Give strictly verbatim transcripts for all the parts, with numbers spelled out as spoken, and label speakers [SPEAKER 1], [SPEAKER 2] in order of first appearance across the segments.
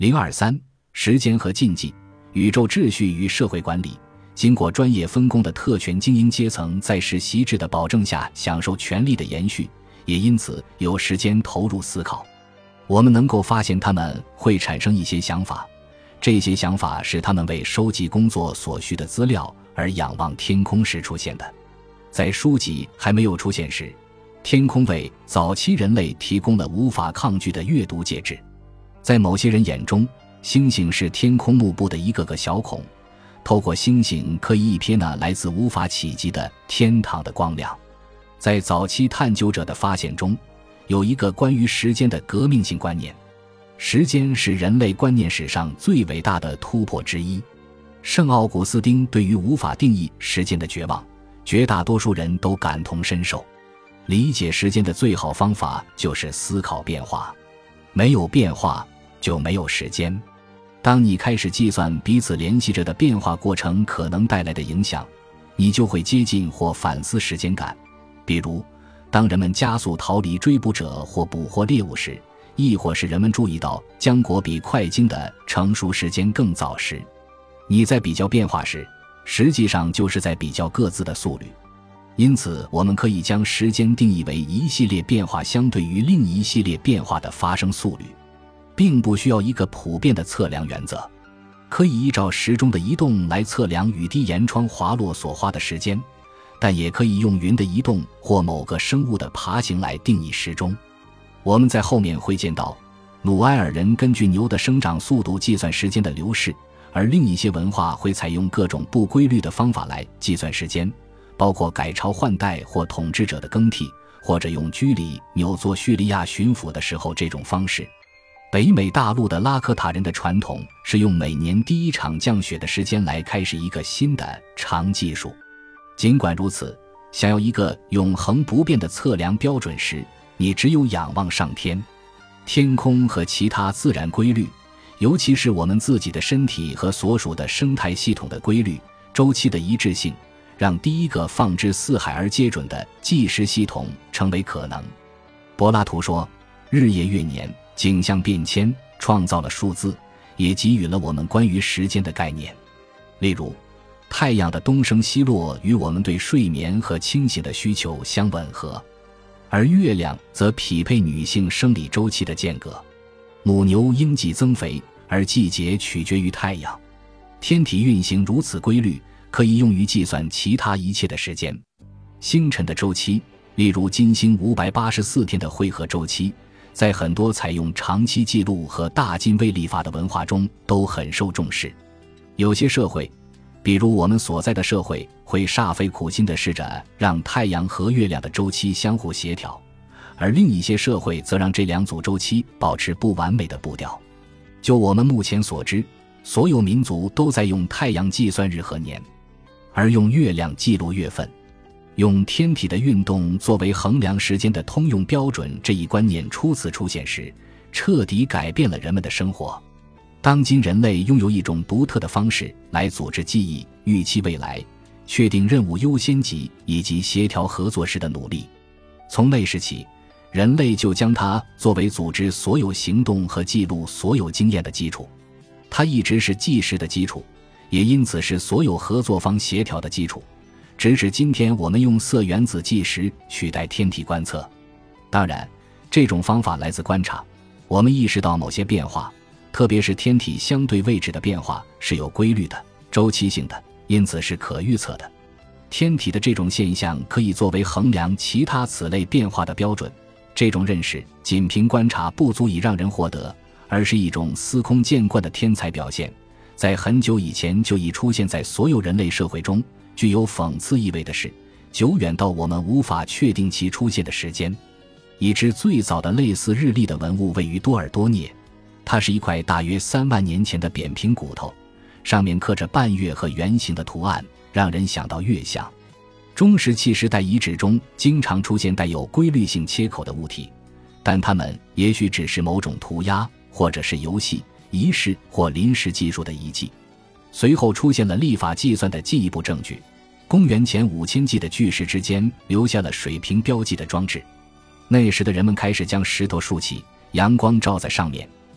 [SPEAKER 1] 零二三时间和禁忌。宇宙秩序与社会管理，经过专业分工的特权精英阶层在世袭制的保证下享受权力的延续，也因此有时间投入思考。我们能够发现他们会产生一些想法，这些想法是他们为收集工作所需的资料而仰望天空时出现的。在书籍还没有出现时，天空为早期人类提供了无法抗拒的阅读介质。在某些人眼中，星星是天空幕布的一个个小孔，透过星星可以一瞥那来自无法企及的天堂的光亮。在早期探究者的发现中，有一个关于时间的革命性观念。时间是人类观念史上最伟大的突破之一。圣奥古斯丁对于无法定义时间的绝望，绝大多数人都感同身受。理解时间的最好方法就是思考变化，没有变化就没有时间。当你开始计算彼此联系着的变化过程可能带来的影响，你就会接近或反思时间感。比如，当人们加速逃离追捕者或捕获猎物时，亦或是人们注意到浆果比快茎的成熟时间更早时，你在比较变化时，实际上就是在比较各自的速率。因此，我们可以将时间定义为一系列变化相对于另一系列变化的发生速率，并不需要一个普遍的测量原则。可以依照时钟的移动来测量雨滴沿窗滑落所花的时间，但也可以用云的移动或某个生物的爬行来定义时钟。我们在后面会见到，努埃尔人根据牛的生长速度计算时间的流逝，而另一些文化会采用各种不规律的方法来计算时间，包括改朝换代或统治者的更替，或者用居里纽做叙利亚巡抚的时候这种方式。北美大陆的拉科塔人的传统是用每年第一场降雪的时间来开始一个新的长计数。尽管如此，想要一个永恒不变的测量标准时，你只有仰望上天。天空和其他自然规律，尤其是我们自己的身体和所属的生态系统的规律、周期的一致性，让第一个放之四海而皆准的计时系统成为可能。柏拉图说，日夜月年，景象变迁，创造了数字，也给予了我们关于时间的概念。例如，太阳的东升西落与我们对睡眠和清醒的需求相吻合，而月亮则匹配女性生理周期的间隔。母牛应季增肥，而季节取决于太阳。天体运行如此规律，可以用于计算其他一切的时间。星辰的周期，例如金星五百八十四天的汇合周期，在很多采用长期记录和大进位历法的文化中都很受重视。有些社会，比如我们所在的社会，会煞费苦心地试着让太阳和月亮的周期相互协调，而另一些社会则让这两组周期保持不完美的步调。就我们目前所知，所有民族都在用太阳计算日和年，而用月亮记录月份。用天体的运动作为衡量时间的通用标准这一观念初次出现时，彻底改变了人们的生活。当今人类拥有一种独特的方式来组织记忆、预期未来、确定任务优先级以及协调合作时的努力。从那时起，人类就将它作为组织所有行动和记录所有经验的基础。它一直是计时的基础，也因此是所有合作方协调的基础。直至今天，我们用色原子计时取代天体观测。当然，这种方法来自观察。我们意识到某些变化，特别是天体相对位置的变化，是有规律的、周期性的，因此是可预测的。天体的这种现象可以作为衡量其他此类变化的标准。这种认识仅凭观察不足以让人获得，而是一种司空见惯的天才表现，在很久以前就已出现在所有人类社会中。具有讽刺意味的是，久远到我们无法确定其出现的时间。已知最早的类似日历的文物位于多尔多涅，它是一块大约三万年前的扁平骨头，上面刻着半月和圆形的图案，让人想到月相。中石器时代遗址中经常出现带有规律性切口的物体，但它们也许只是某种涂鸦，或者是游戏、仪式或临时技术的遗迹。随后出现了历法计算的进一步证据，公元前五千纪的巨石之间留下了水平标记的装置。那时的人们开始将石头竖起，阳光照在上面，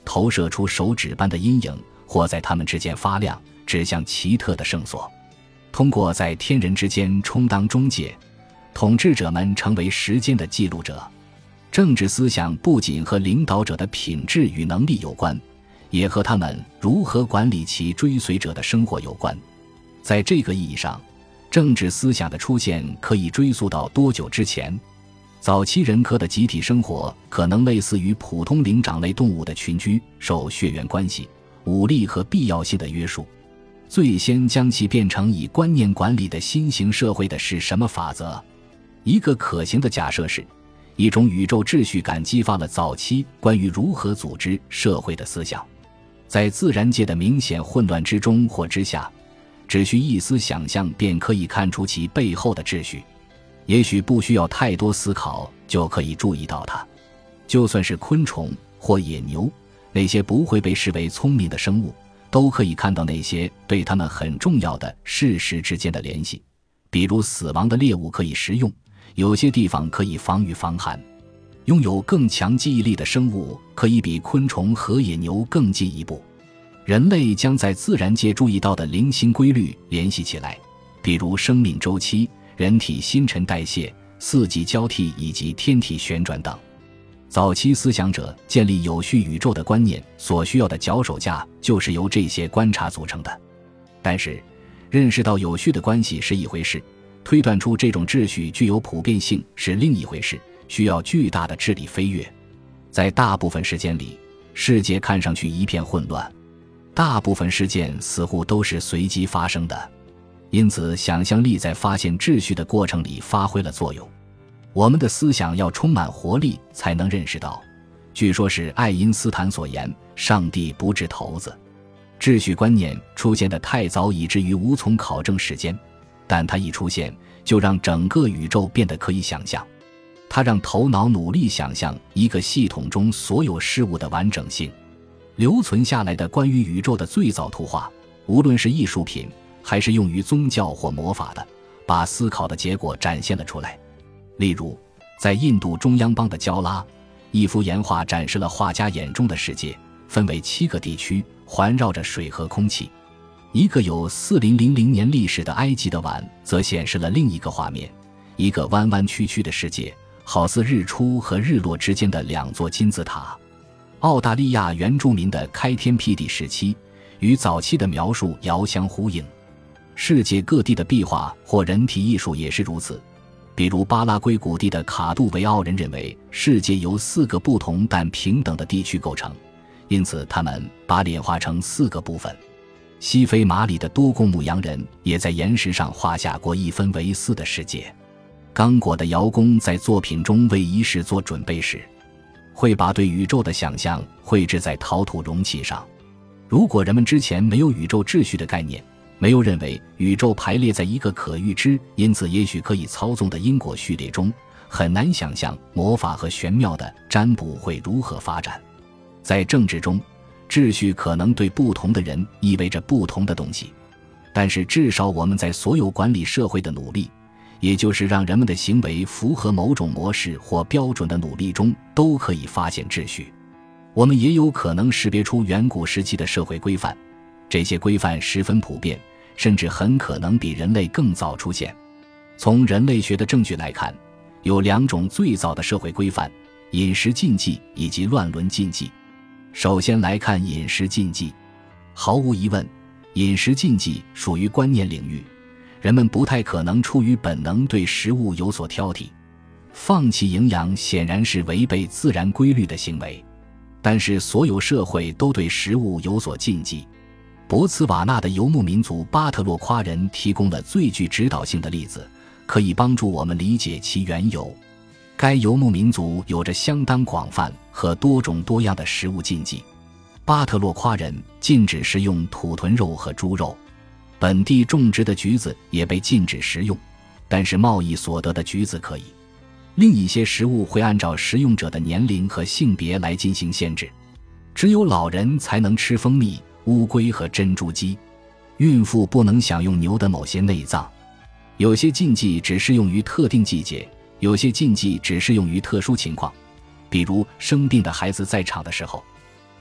[SPEAKER 1] 投射出手指般的阴影，或在它们之间发亮，指向奇特的圣所。通过在天人之间充当中介，统治者们成为时间的记录者。政治思想不仅和领导者的品质与能力有关，也和他们如何管理其追随者的生活有关。在这个意义上，政治思想的出现可以追溯到多久之前？早期人科的集体生活可能类似于普通灵长类动物的群居，受血缘关系、武力和必要性的约束。最先将其变成以观念管理的新型社会的是什么法则？一个可行的假设是，一种宇宙秩序感激发了早期关于如何组织社会的思想。在自然界的明显混乱之中或之下，只需一丝想象便可以看出其背后的秩序。也许不需要太多思考就可以注意到它。就算是昆虫或野牛，那些不会被视为聪明的生物，都可以看到那些对它们很重要的事实之间的联系。比如死亡的猎物可以食用，有些地方可以防御防寒。拥有更强记忆力的生物可以比昆虫和野牛更进一步。人类将在自然界注意到的零星规律联系起来，比如生命周期、人体新陈代谢、四季交替以及天体旋转等。早期思想者建立有序宇宙的观念所需要的脚手架就是由这些观察组成的。但是认识到有序的关系是一回事，推断出这种秩序具有普遍性是另一回事，需要巨大的智力飞跃。在大部分时间里，世界看上去一片混乱，大部分事件似乎都是随机发生的，因此想象力在发现秩序的过程里发挥了作用。我们的思想要充满活力才能认识到，据说是爱因斯坦所言，上帝不掷骰子。秩序观念出现得太早以至于无从考证时间，但它一出现就让整个宇宙变得可以想象。它让头脑努力想象一个系统中所有事物的完整性。留存下来的关于宇宙的最早图画，无论是艺术品还是用于宗教或魔法的，把思考的结果展现了出来。例如在印度中央邦的焦拉，一幅岩画展示了画家眼中的世界，分为七个地区，环绕着水和空气。一个有四零零零年历史的埃及的碗则显示了另一个画面，一个弯弯曲曲的世界，好似日出和日落之间的两座金字塔。澳大利亚原住民的开天辟地时期与早期的描述遥相呼应。世界各地的壁画或人体艺术也是如此，比如巴拉圭谷地的卡杜维奥人认为世界由四个不同但平等的地区构成，因此他们把脸画成四个部分。西非马里的多贡牧羊人也在岩石上画下过一分为四的世界。刚果的窑工在作品中为仪式做准备时，会把对宇宙的想象绘制在陶土容器上。如果人们之前没有宇宙秩序的概念，没有认为宇宙排列在一个可预知，因此也许可以操纵的因果序列中，很难想象魔法和玄妙的占卜会如何发展。在政治中，秩序可能对不同的人意味着不同的东西，但是至少我们在所有管理社会的努力，也就是让人们的行为符合某种模式或标准的努力中，都可以发现秩序。我们也有可能识别出远古时期的社会规范，这些规范十分普遍，甚至很可能比人类更早出现。从人类学的证据来看，有两种最早的社会规范：饮食禁忌以及乱伦禁忌。首先来看饮食禁忌。毫无疑问，饮食禁忌属于观念领域，人们不太可能出于本能对食物有所挑剔。放弃营养显然是违背自然规律的行为，但是所有社会都对食物有所禁忌。博茨瓦纳的游牧民族巴特洛夸人提供了最具指导性的例子，可以帮助我们理解其缘由。该游牧民族有着相当广泛和多种多样的食物禁忌。巴特洛夸人禁止食用土豚肉和猪肉，本地种植的橘子也被禁止食用，但是贸易所得的橘子可以。另一些食物会按照食用者的年龄和性别来进行限制，只有老人才能吃蜂蜜、乌龟和珍珠鸡，孕妇不能享用牛的某些内脏。有些禁忌只适用于特定季节，有些禁忌只适用于特殊情况，比如生病的孩子在场的时候。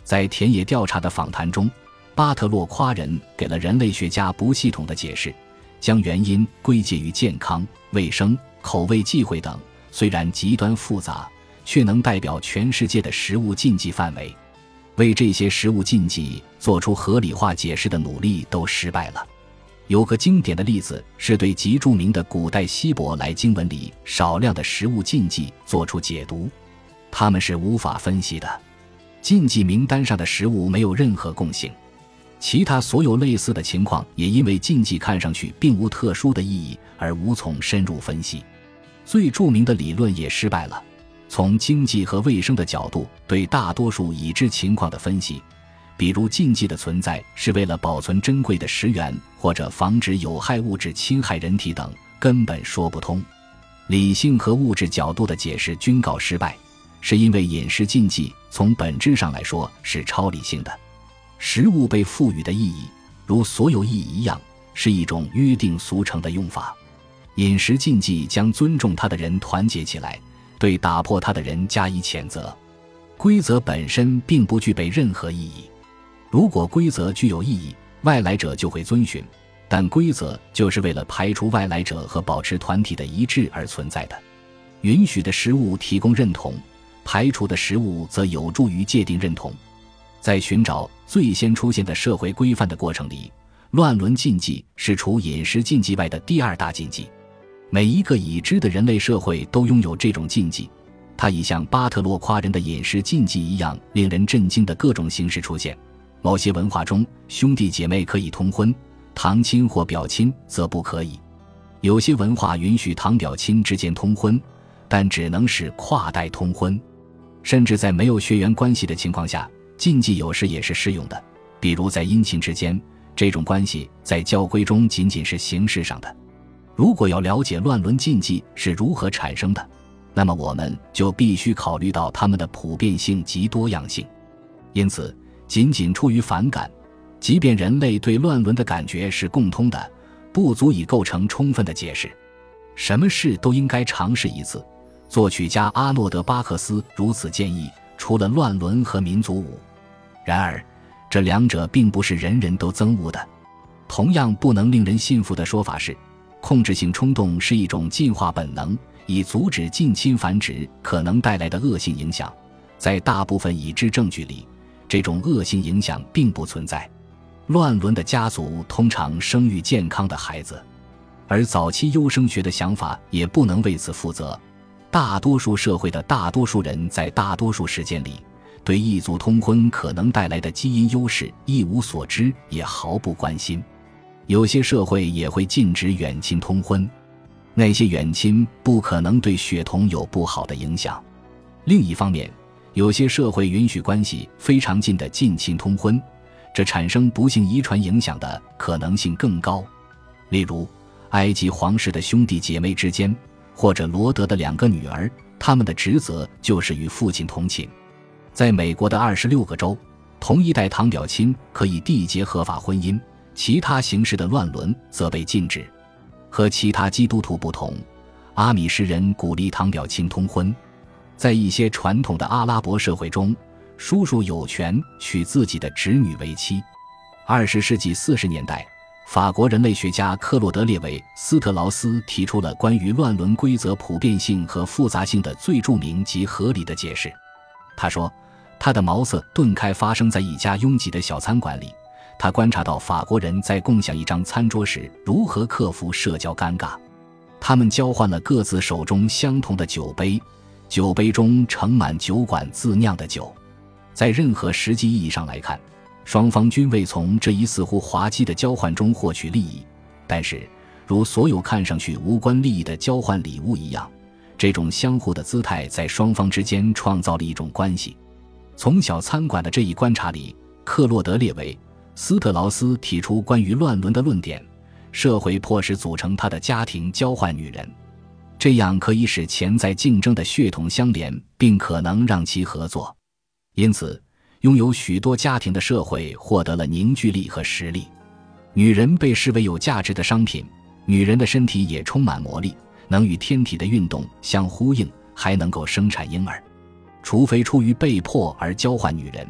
[SPEAKER 1] 在田野调查的访谈中，巴特洛夸人给了人类学家不系统的解释，将原因归结于健康、卫生、口味忌讳等，虽然极端复杂，却能代表全世界的食物禁忌范围。为这些食物禁忌做出合理化解释的努力都失败了。有个经典的例子是对极著名的古代希伯来经文里少量的食物禁忌做出解读，它们是无法分析的。禁忌名单上的食物没有任何共性，其他所有类似的情况也因为禁忌看上去并无特殊的意义而无从深入分析。最著名的理论也失败了，从经济和卫生的角度对大多数已知情况的分析，比如禁忌的存在是为了保存珍贵的食源或者防止有害物质侵害人体等，根本说不通。理性和物质角度的解释均告失败，是因为饮食禁忌从本质上来说是超理性的。食物被赋予的意义，如所有意义一样，是一种约定俗成的用法。饮食禁忌将尊重它的人团结起来，对打破它的人加以谴责。规则本身并不具备任何意义。如果规则具有意义，外来者就会遵循，但规则就是为了排除外来者和保持团体的一致而存在的。允许的食物提供认同，排除的食物则有助于界定认同。在寻找最先出现的社会规范的过程里，乱伦禁忌是除饮食禁忌外的第二大禁忌。每一个已知的人类社会都拥有这种禁忌，它已像巴特洛夸人的饮食禁忌一样令人震惊的各种形式出现。某些文化中，兄弟姐妹可以通婚，堂亲或表亲则不可以。有些文化允许堂表亲之间通婚，但只能是跨代通婚。甚至在没有血缘关系的情况下，禁忌有时也是适用的，比如在姻亲之间，这种关系在教规中仅仅是形式上的。如果要了解乱伦禁忌是如何产生的，那么我们就必须考虑到它们的普遍性及多样性。因此，仅仅出于反感，即便人类对乱伦的感觉是共通的，不足以构成充分的解释。什么事都应该尝试一次，作曲家阿诺德·巴克斯如此建议，除了乱伦和民族舞。然而，这两者并不是人人都憎恶的。同样不能令人信服的说法是，控制性冲动是一种进化本能，以阻止近亲繁殖可能带来的恶性影响。在大部分已知证据里，这种恶性影响并不存在。乱伦的家族通常生育健康的孩子，而早期优生学的想法也不能为此负责。大多数社会的大多数人在大多数时间里，对异族通婚可能带来的基因优势一无所知，也毫不关心。有些社会也会禁止远亲通婚，那些远亲不可能对血统有不好的影响。另一方面，有些社会允许关系非常近的近亲通婚，这产生不幸遗传影响的可能性更高。例如，埃及皇室的兄弟姐妹之间，或者罗德的两个女儿，他们的职责就是与父亲同寝。在美国的二十六个州，同一代堂表亲可以缔结合法婚姻，其他形式的乱伦则被禁止。和其他基督徒不同，阿米什人鼓励堂表亲通婚。在一些传统的阿拉伯社会中，叔叔有权娶自己的侄女为妻。二十世纪四十年代，法国人类学家克洛德列维·斯特劳斯提出了关于乱伦规则普遍性和复杂性的最著名及合理的解释。他说，他的茅塞顿开发生在一家拥挤的小餐馆里，他观察到法国人在共享一张餐桌时如何克服社交尴尬。他们交换了各自手中相同的酒杯，酒杯中盛满酒馆自酿的酒。在任何实际意义上来看，双方均未从这一似乎滑稽的交换中获取利益，但是如所有看上去无关利益的交换礼物一样，这种相互的姿态在双方之间创造了一种关系。从小餐馆的这一观察里，克洛德列维·斯特劳斯提出关于乱伦的论点：社会迫使组成他的家庭交换女人，这样可以使潜在竞争的血统相连，并可能让其合作。因此，拥有许多家庭的社会获得了凝聚力和实力。女人被视为有价值的商品，女人的身体也充满魔力，能与天体的运动相呼应，还能够生产婴儿。除非出于被迫而交换女人，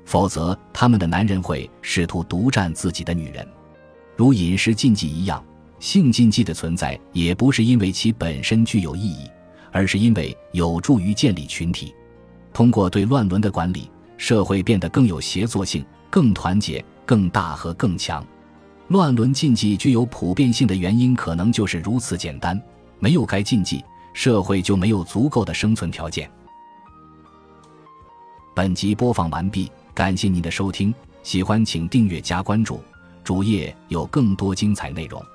[SPEAKER 1] 否则他们的男人会试图独占自己的女人。如饮食禁忌一样，性禁忌的存在也不是因为其本身具有意义，而是因为有助于建立群体。通过对乱伦的管理，社会变得更有协作性、更团结、更大和更强。乱伦禁忌具有普遍性的原因可能就是如此简单，没有该禁忌，社会就没有足够的生存条件。本集播放完毕，感谢您的收听，喜欢请订阅加关注，主页有更多精彩内容。